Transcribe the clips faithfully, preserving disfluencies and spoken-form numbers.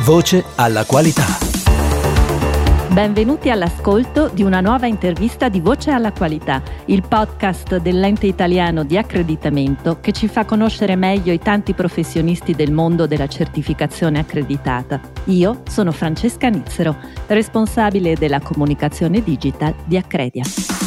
Voce alla qualità. Benvenuti all'ascolto di una nuova intervista di Voce alla Qualità, il podcast dell'ente italiano di accreditamento che ci fa conoscere meglio i tanti professionisti del mondo della certificazione accreditata. Io sono Francesca Nizzero, responsabile della comunicazione digital di Accredia.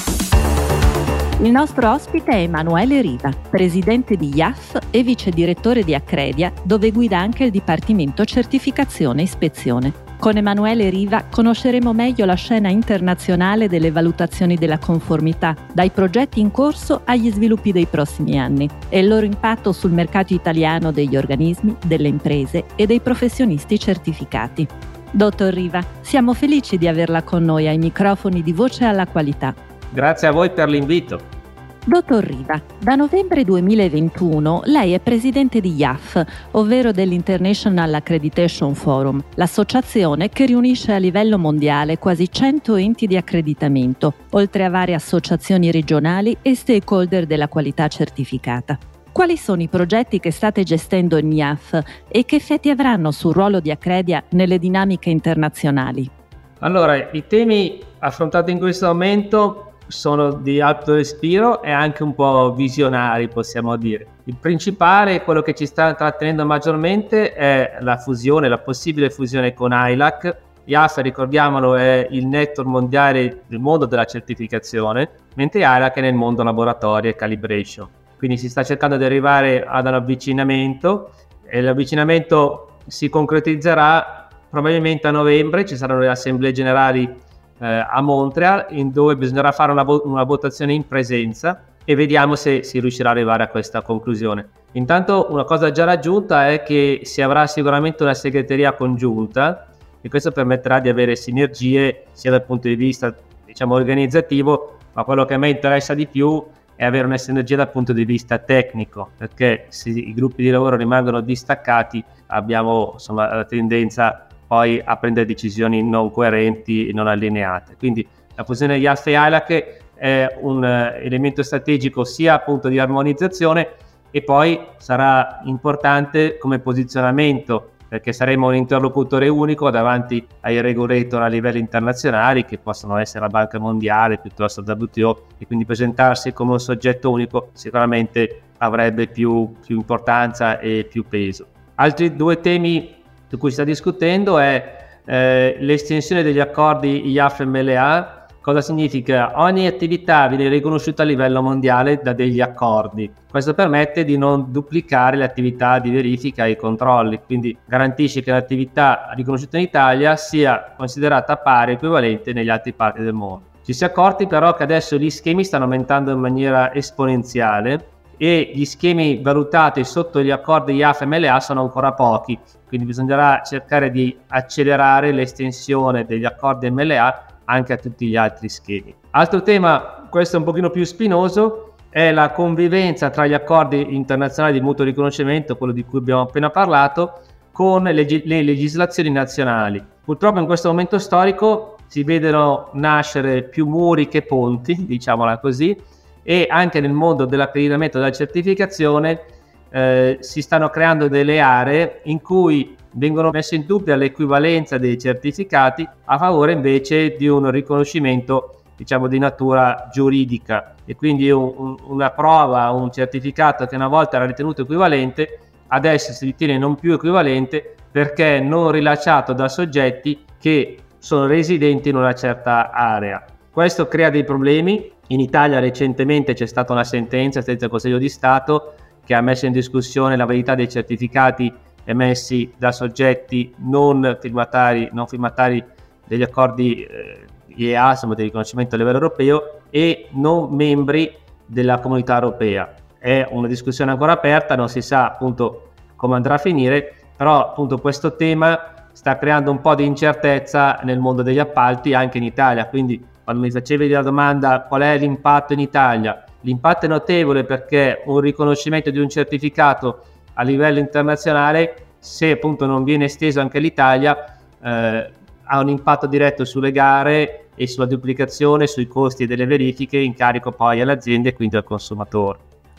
Il nostro ospite è Emanuele Riva, presidente di I A F e vice direttore di Accredia, dove guida anche il Dipartimento Certificazione e Ispezione. Con Emanuele Riva conosceremo meglio la scena internazionale delle valutazioni della conformità, dai progetti in corso agli sviluppi dei prossimi anni e il loro impatto sul mercato italiano degli organismi, delle imprese e dei professionisti certificati. Dottor Riva, siamo felici di averla con noi ai microfoni di Voce alla Qualità. Grazie a voi per l'invito. Dottor Riva, da novembre duemilaventuno lei è presidente di I A F, ovvero dell'International Accreditation Forum, l'associazione che riunisce a livello mondiale quasi cento enti di accreditamento, oltre a varie associazioni regionali e stakeholder della qualità certificata. Quali sono i progetti che state gestendo in I A F e che effetti avranno sul ruolo di Accredia nelle dinamiche internazionali? Allora, i temi affrontati in questo momento sono di alto respiro e anche un po' visionari, possiamo dire. Il principale, quello che ci sta trattenendo maggiormente, è la fusione, la possibile fusione con I L A C. I A F, ricordiamolo, è il network mondiale del mondo della certificazione, mentre I L A C è nel mondo laboratorio e calibration. Quindi si sta cercando di arrivare ad un avvicinamento e l'avvicinamento si concretizzerà probabilmente a novembre. Ci saranno le assemblee generali Eh, a Montreal, in dove bisognerà fare una, vo- una votazione in presenza e vediamo se si riuscirà ad arrivare a questa conclusione. Intanto una cosa già raggiunta è che si avrà sicuramente una segreteria congiunta e questo permetterà di avere sinergie sia dal punto di vista, diciamo, organizzativo, ma quello che a me interessa di più è avere una sinergia dal punto di vista tecnico, perché se i gruppi di lavoro rimangono distaccati abbiamo, insomma, la tendenza poi a prendere decisioni non coerenti e non allineate. Quindi la fusione di I A F e I L A C è un uh, elemento strategico sia appunto di armonizzazione e poi sarà importante come posizionamento, perché saremo un interlocutore unico davanti ai regulator a livelli internazionali che possono essere la Banca Mondiale piuttosto la W T O, e quindi presentarsi come un soggetto unico sicuramente avrebbe più, più importanza e più peso. Altri due temi su cui si sta discutendo è eh, l'estensione degli accordi I A F M L A. Cosa significa? Ogni attività viene riconosciuta a livello mondiale da degli accordi. Questo permette di non duplicare le attività di verifica e i controlli, quindi garantisce che l'attività riconosciuta in Italia sia considerata pari e equivalente negli altri parti del mondo. Ci si è accorti però che adesso gli schemi stanno aumentando in maniera esponenziale e gli schemi valutati sotto gli accordi I A F M L A sono ancora pochi, quindi bisognerà cercare di accelerare l'estensione degli accordi M L A anche a tutti gli altri schemi. Altro tema, questo è un pochino più spinoso, è la convivenza tra gli accordi internazionali di mutuo riconoscimento, quello di cui abbiamo appena parlato, con le, le legislazioni nazionali. Purtroppo in questo momento storico si vedono nascere più muri che ponti, diciamola così, e anche nel mondo dell'accreditamento e della certificazione eh, si stanno creando delle aree in cui vengono messe in dubbio l'equivalenza dei certificati a favore invece di un riconoscimento, diciamo, di natura giuridica, e quindi un, un, una prova, un certificato che una volta era ritenuto equivalente adesso si ritiene non più equivalente perché non rilasciato da soggetti che sono residenti in una certa area. Questo crea dei problemi. In Italia recentemente c'è stata una sentenza del Consiglio di Stato che ha messo in discussione la validità dei certificati emessi da soggetti non firmatari, non firmatari degli accordi eh, I E A, insomma, di riconoscimento a livello europeo, e non membri della comunità europea. È una discussione ancora aperta, non si sa appunto come andrà a finire, però appunto questo tema sta creando un po' di incertezza nel mondo degli appalti anche in Italia. Quindi quando mi facevi la domanda qual è l'impatto in Italia, l'impatto è notevole perché un riconoscimento di un certificato a livello internazionale, se appunto non viene esteso anche all'Italia, eh, ha un impatto diretto sulle gare e sulla duplicazione, sui costi delle verifiche in carico poi alle aziende e quindi al consumatore.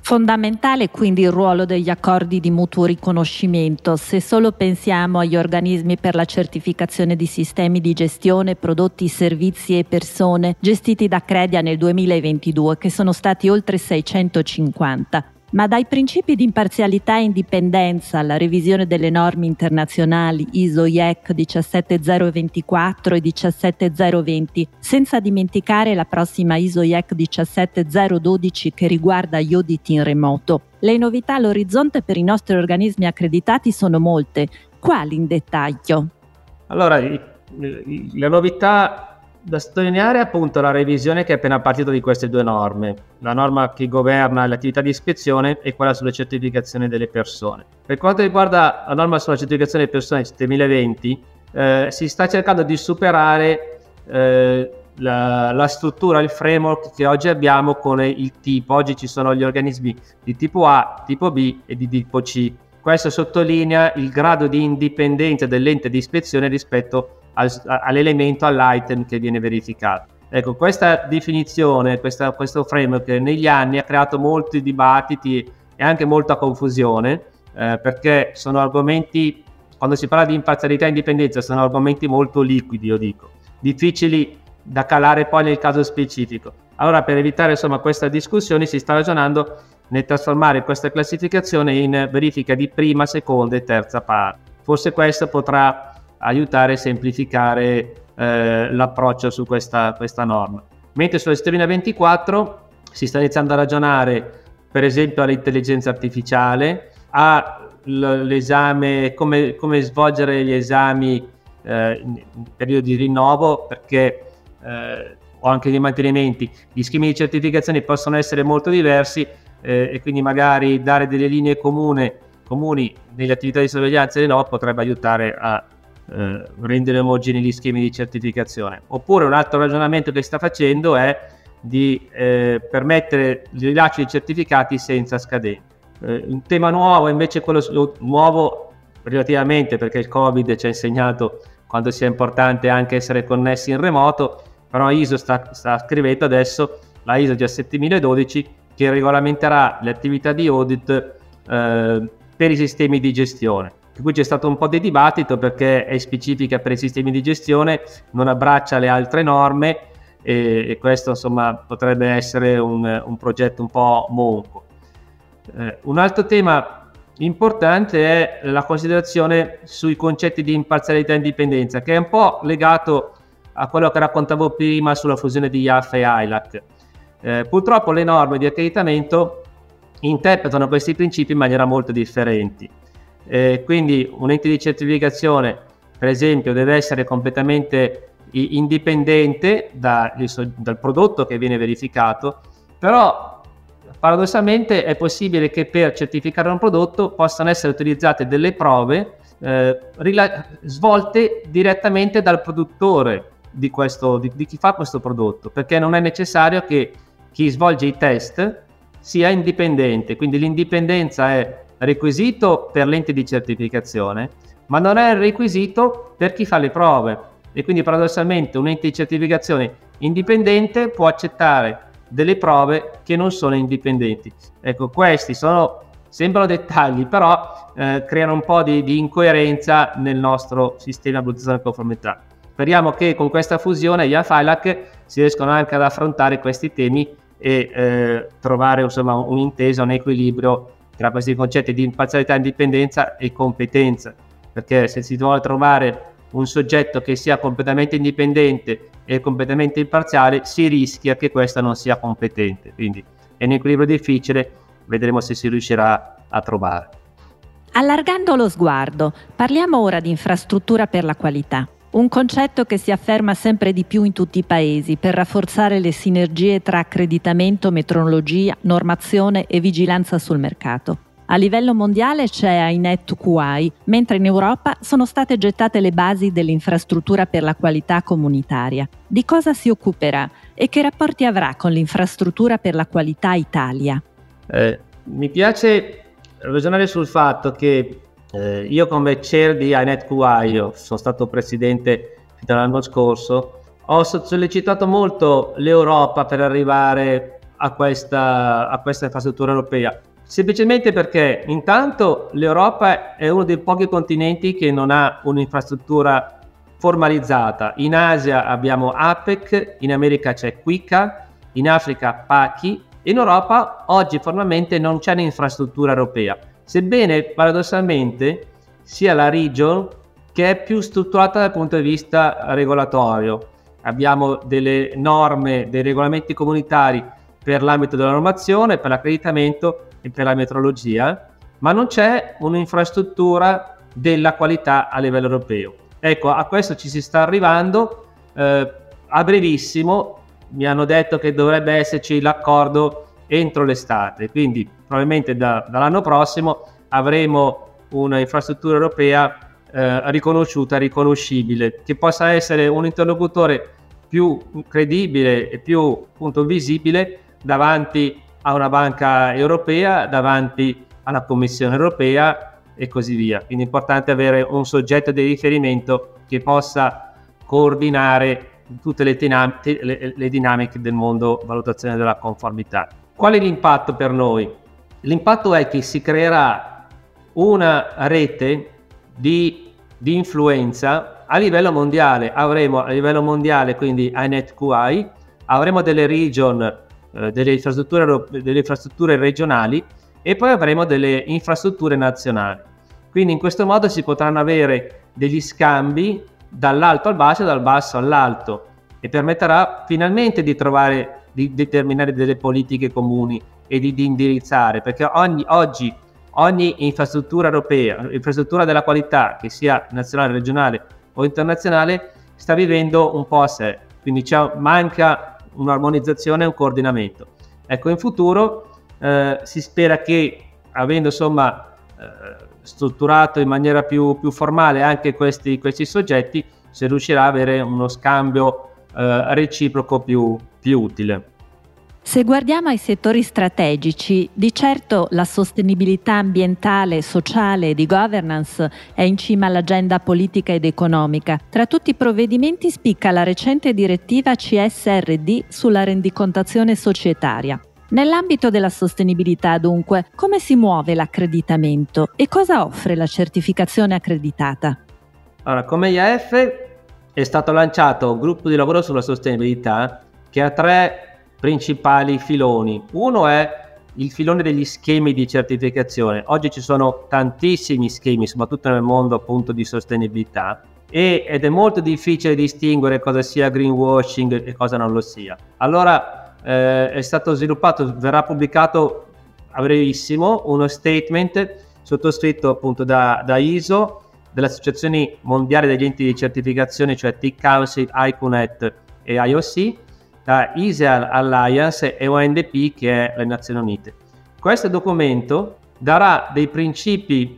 Fondamentale quindi il ruolo degli accordi di mutuo riconoscimento. Se solo pensiamo agli organismi per la certificazione di sistemi di gestione, prodotti, servizi e persone gestiti da Accredia nel duemilaventidue, che sono stati oltre seicentocinquanta. Ma dai principi di imparzialità e indipendenza alla revisione delle norme internazionali I S O I E C diciassette zero ventiquattro e diciassette zero venti, senza dimenticare la prossima I S O I E C diciassette zero dodici che riguarda gli audit in remoto. Le novità all'orizzonte per i nostri organismi accreditati sono molte. Quali in dettaglio? Allora, la novità da sottolineare è appunto la revisione che è appena partita di queste due norme, la norma che governa l'attività di ispezione e quella sulla certificazione delle persone. Per quanto riguarda la norma sulla certificazione delle persone duemilaventi, eh, si sta cercando di superare eh, la, la struttura, il framework che oggi abbiamo con il tipo. Oggi ci sono gli organismi di tipo A, tipo B e di tipo C. Questo sottolinea il grado di indipendenza dell'ente di ispezione rispetto al, all'elemento, all'item che viene verificato. Ecco, questa definizione, questa, questo framework negli anni ha creato molti dibattiti e anche molta confusione, eh, perché sono argomenti, quando si parla di imparzialità e indipendenza, sono argomenti molto liquidi, io dico, difficili da calare poi nel caso specifico. Allora, per evitare insomma questa discussione, si sta ragionando nel trasformare questa classificazione in verifica di prima, seconda e terza parte. Forse questo potrà aiutare a semplificare eh, l'approccio su questa, questa norma. Mentre sulla duemilaventiquattro si sta iniziando a ragionare per esempio all'intelligenza artificiale, all'esame, come, come svolgere gli esami eh, in periodo di rinnovo, perché eh, o anche di mantenimenti, gli schemi di certificazione possono essere molto diversi eh, e quindi magari dare delle linee comune, comuni nelle attività di sorveglianza e no potrebbe aiutare a Eh, rendere omogenei gli schemi di certificazione. Oppure un altro ragionamento che sta facendo è di eh, permettere il rilascio di certificati senza scadenza. Eh, un tema nuovo invece, quello nuovo relativamente, perché il Covid ci ha insegnato quanto sia importante anche essere connessi in remoto, però I S O sta, sta scrivendo adesso la I S O diciassettemila che regolamenterà le attività di audit eh, per i sistemi di gestione. Qui c'è stato un po' di dibattito perché è specifica per i sistemi di gestione, non abbraccia le altre norme e, e questo insomma potrebbe essere un, un progetto un po' monco. Eh, un altro tema importante è la considerazione sui concetti di imparzialità e indipendenza, che è un po' legato a quello che raccontavo prima sulla fusione di I A F e I L A C. Eh, purtroppo le norme di accreditamento interpretano questi principi in maniera molto differenti. Eh, quindi un ente di certificazione, per esempio, deve essere completamente indipendente da, dal prodotto che viene verificato, però paradossalmente è possibile che per certificare un prodotto possano essere utilizzate delle prove eh, rila- svolte direttamente dal produttore di, questo, di, di chi fa questo prodotto, perché non è necessario che chi svolge i test sia indipendente, quindi l'indipendenza è requisito per l'ente di certificazione, ma non è il requisito per chi fa le prove, e quindi paradossalmente un ente di certificazione indipendente può accettare delle prove che non sono indipendenti. Ecco, questi sono, sembrano dettagli, però eh, creano un po' di, di incoerenza nel nostro sistema di valutazione e conformità. Speriamo che con questa fusione I A F e I L A C si riescano anche ad affrontare questi temi e eh, trovare insomma un'intesa, un equilibrio tra questi concetti di imparzialità, indipendenza e competenza, perché se si vuole trovare un soggetto che sia completamente indipendente e completamente imparziale, si rischia che questa non sia competente, quindi è un equilibrio difficile, vedremo se si riuscirà a trovare. Allargando lo sguardo, parliamo ora di infrastruttura per la qualità. Un concetto che si afferma sempre di più in tutti i paesi per rafforzare le sinergie tra accreditamento, metrologia, normazione e vigilanza sul mercato. A livello mondiale c'è I N E T Q I, mentre in Europa sono state gettate le basi dell'infrastruttura per la qualità comunitaria. Di cosa si occuperà e che rapporti avrà con l'infrastruttura per la qualità Italia? Eh, mi piace ragionare sul fatto che Eh, io come chair di I N E T Q I, io sono stato presidente fino all'anno scorso, ho sollecitato molto l'Europa per arrivare a questa, a questa infrastruttura europea? Semplicemente perché intanto l'Europa è uno dei pochi continenti che non ha un'infrastruttura formalizzata. In Asia abbiamo APEC, in America c'è Quica, in Africa Paki, in Europa oggi formalmente non c'è un'infrastruttura europea, sebbene paradossalmente sia la region che è più strutturata dal punto di vista regolatorio. Abbiamo delle norme, dei regolamenti comunitari per l'ambito della normazione, per l'accreditamento e per la metrologia, ma non c'è un'infrastruttura della qualità a livello europeo. Ecco, a questo ci si sta arrivando eh, a brevissimo. Mi hanno detto che dovrebbe esserci l'accordo entro l'estate, quindi probabilmente da, dall'anno prossimo avremo una infrastruttura europea eh, riconosciuta, riconoscibile, che possa essere un interlocutore più credibile e più appunto visibile davanti a una banca europea, davanti alla Commissione europea e così via. Quindi è importante avere un soggetto di riferimento che possa coordinare tutte le, dinam- le, le dinamiche del mondo valutazione della conformità. Qual è l'impatto per noi? L'impatto è che si creerà una rete di, di influenza a livello mondiale. Avremo a livello mondiale quindi I N E T Q I, avremo delle region, eh, delle, infrastrutture, delle infrastrutture regionali e poi avremo delle infrastrutture nazionali. Quindi in questo modo si potranno avere degli scambi dall'alto al basso e dal basso all'alto e permetterà finalmente di trovare, di determinare delle politiche comuni e di, di indirizzare, perché ogni, oggi ogni infrastruttura europea, infrastruttura della qualità, che sia nazionale, regionale o internazionale, sta vivendo un po' a sé, quindi c'è, manca un'armonizzazione e un coordinamento. Ecco, in futuro eh, si spera che, avendo insomma eh, strutturato in maniera più, più formale anche questi, questi soggetti, si riuscirà ad avere uno scambio eh, reciproco più, più utile. Se guardiamo ai settori strategici, di certo la sostenibilità ambientale, sociale e di governance è in cima all'agenda politica ed economica. Tra tutti i provvedimenti spicca la recente direttiva C S R D sulla rendicontazione societaria. Nell'ambito della sostenibilità, dunque, come si muove l'accreditamento e cosa offre la certificazione accreditata? Allora, come I A F è stato lanciato un gruppo di lavoro sulla sostenibilità che ha tre principali filoni. Uno è il filone degli schemi di certificazione. Oggi ci sono tantissimi schemi, soprattutto nel mondo appunto di sostenibilità, e, ed è molto difficile distinguere cosa sia greenwashing e cosa non lo sia. Allora eh, è stato sviluppato, verrà pubblicato a brevissimo uno statement sottoscritto appunto da, da I S O, delle associazioni mondiali degli enti di certificazione, cioè T Council, I C U N E T e I O C, da I S E A Alliance e O N D P, che è le Nazioni Unite. Questo documento darà dei principi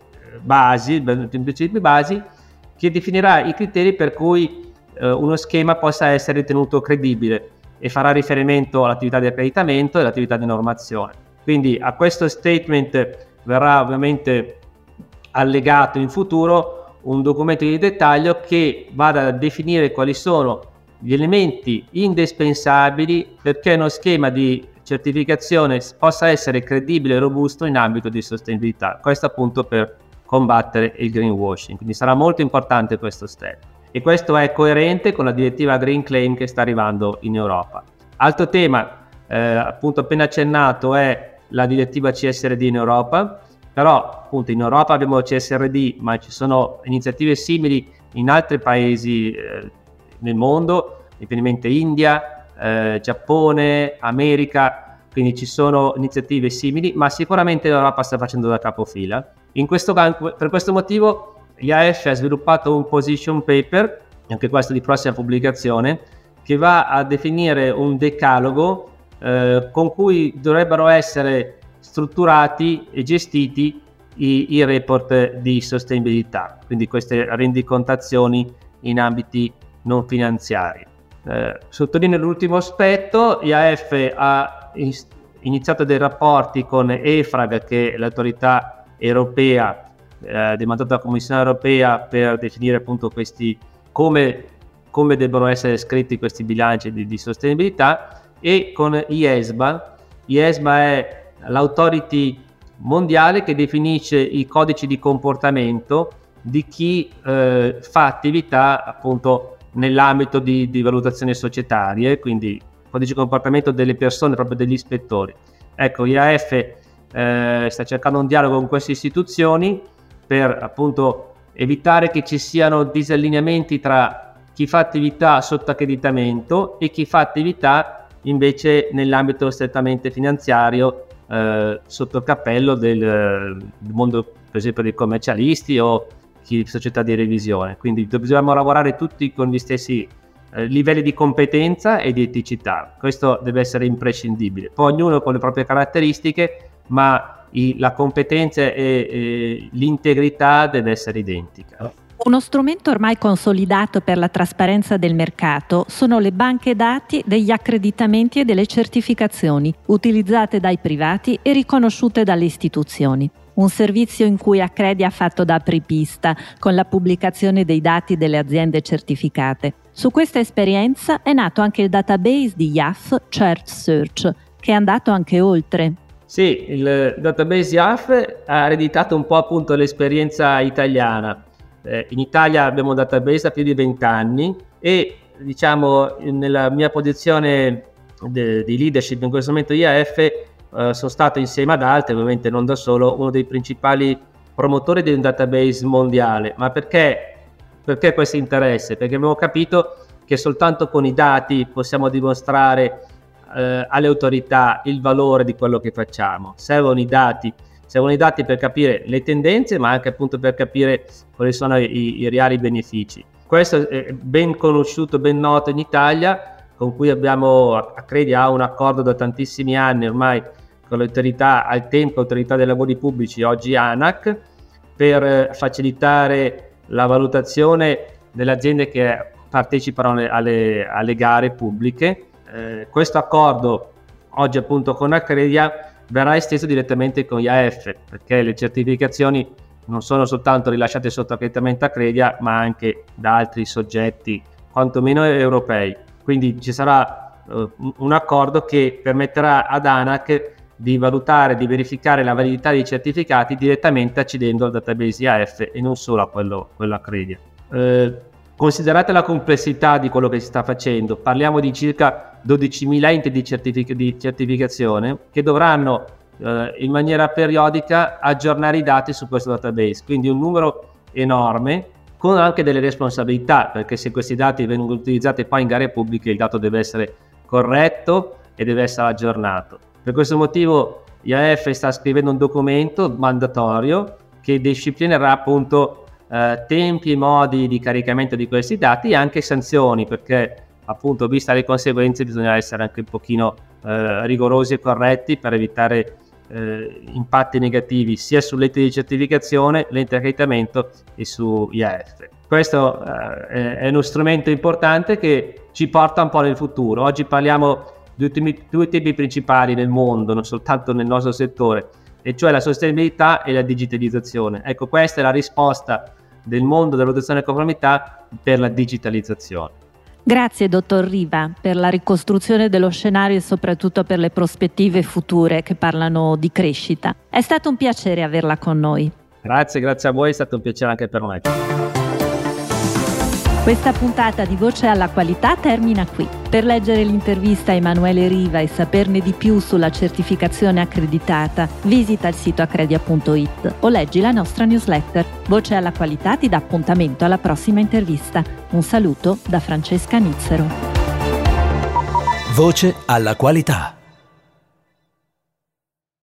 basi, dei principi basi che definirà i criteri per cui eh, uno schema possa essere ritenuto credibile e farà riferimento all'attività di accreditamento e all'attività di normazione. Quindi a questo statement verrà ovviamente allegato in futuro un documento di dettaglio che vada a definire quali sono gli elementi indispensabili perché uno schema di certificazione possa essere credibile e robusto in ambito di sostenibilità. Questo appunto per combattere il greenwashing. Quindi sarà molto importante questo step. E questo è coerente con la direttiva Green Claim che sta arrivando in Europa. Altro tema, eh, appunto appena accennato, è la direttiva C S R D in Europa. Però appunto in Europa abbiamo il C S R D, ma ci sono iniziative simili in altri paesi eh, nel mondo, ovviamente India, eh, Giappone, America, quindi ci sono iniziative simili, ma sicuramente l'Europa sta facendo da capofila. In questo, per questo motivo I A F ha sviluppato un position paper, anche questo di prossima pubblicazione, che va a definire un decalogo eh, con cui dovrebbero essere strutturati e gestiti i, i report di sostenibilità, quindi queste rendicontazioni in ambiti non finanziari. Eh, sottolineo l'ultimo aspetto, I A F ha iniziato dei rapporti con EFRAG, che è l'autorità europea eh, demandata dalla Commissione europea per definire appunto questi come, come debbono essere scritti questi bilanci di, di sostenibilità, e con I E S B A. I E S B A è l'autority mondiale che definisce i codici di comportamento di chi eh, fa attività appunto nell'ambito di, di valutazioni societarie, quindi codice di comportamento delle persone, proprio degli ispettori. Ecco, I A F eh, sta cercando un dialogo con queste istituzioni per appunto evitare che ci siano disallineamenti tra chi fa attività sotto accreditamento e chi fa attività invece nell'ambito strettamente finanziario eh, sotto il cappello del, del mondo per esempio dei commercialisti o chi società di revisione. Quindi dobbiamo lavorare tutti con gli stessi eh, livelli di competenza e di eticità. Questo deve essere imprescindibile. Poi ognuno con le proprie caratteristiche, ma i, la competenza e, e l'integrità deve essere identica. Uno strumento ormai consolidato per la trasparenza del mercato sono le banche dati degli accreditamenti e delle certificazioni, utilizzate dai privati e riconosciute dalle istituzioni. Un servizio in cui Accredi ha fatto da apripista con la pubblicazione dei dati delle aziende certificate. Su questa esperienza è nato anche il database di I A F CertSearch, che è andato anche oltre. Sì, il database I A F ha ereditato un po' appunto l'esperienza italiana. Eh, in Italia abbiamo un database da più di vent'anni e diciamo nella mia posizione de, di leadership in questo momento I A F Uh, sono stato insieme ad altri, ovviamente non da solo, uno dei principali promotori di un database mondiale. Ma perché, perché questo interesse? Perché abbiamo capito che soltanto con i dati possiamo dimostrare uh, alle autorità il valore di quello che facciamo. Servono i dati, servono i dati per capire le tendenze, ma anche appunto per capire quali sono i, i reali benefici. Questo è ben conosciuto, ben noto in Italia, con cui abbiamo, Accredi ha un accordo da tantissimi anni ormai con l'autorità, al tempo autorità dei lavori pubblici, oggi ANAC, per facilitare la valutazione delle aziende che partecipano alle, alle, alle gare pubbliche. Eh, questo accordo oggi appunto con Accredi verrà esteso direttamente con I A F, perché le certificazioni non sono soltanto rilasciate sotto accreditamento Accredi, ma anche da altri soggetti, quantomeno europei. Quindi ci sarà uh, un accordo che permetterà ad ANAC di valutare, di verificare la validità dei certificati direttamente accedendo al database I A F e non solo a quello, quello Accredi. Eh, considerate la complessità di quello che si sta facendo, parliamo di circa dodicimila enti di, certific- di certificazione che dovranno eh, in maniera periodica aggiornare i dati su questo database, quindi un numero enorme, con anche delle responsabilità, perché se questi dati vengono utilizzati poi in gare pubbliche il dato deve essere corretto e deve essere aggiornato. Per questo motivo I A F sta scrivendo un documento mandatorio che disciplinerà appunto eh, tempi e modi di caricamento di questi dati e anche sanzioni, perché appunto vista le conseguenze bisogna essere anche un pochino eh, rigorosi e corretti per evitare eh, impatti negativi sia sull'ente di certificazione, l'ente di accreditamento e su I A F. Questo eh, è uno strumento importante che ci porta un po' nel futuro. Oggi parliamo Due temi, due temi principali nel mondo, non soltanto nel nostro settore, e cioè la sostenibilità e la digitalizzazione. Ecco, questa è la risposta del mondo della valutazione e conformità per la digitalizzazione. Grazie dottor Riva per la ricostruzione dello scenario e soprattutto per le prospettive future che parlano di crescita. È stato un piacere averla con noi. Grazie, grazie a voi, è stato un piacere anche per me. Questa puntata di Voce alla Qualità termina qui. Per leggere l'intervista a Emanuele Riva e saperne di più sulla certificazione accreditata, visita il sito accredia punto it o leggi la nostra newsletter. Voce alla Qualità ti dà appuntamento alla prossima intervista. Un saluto da Francesca Nizzero. Voce alla Qualità.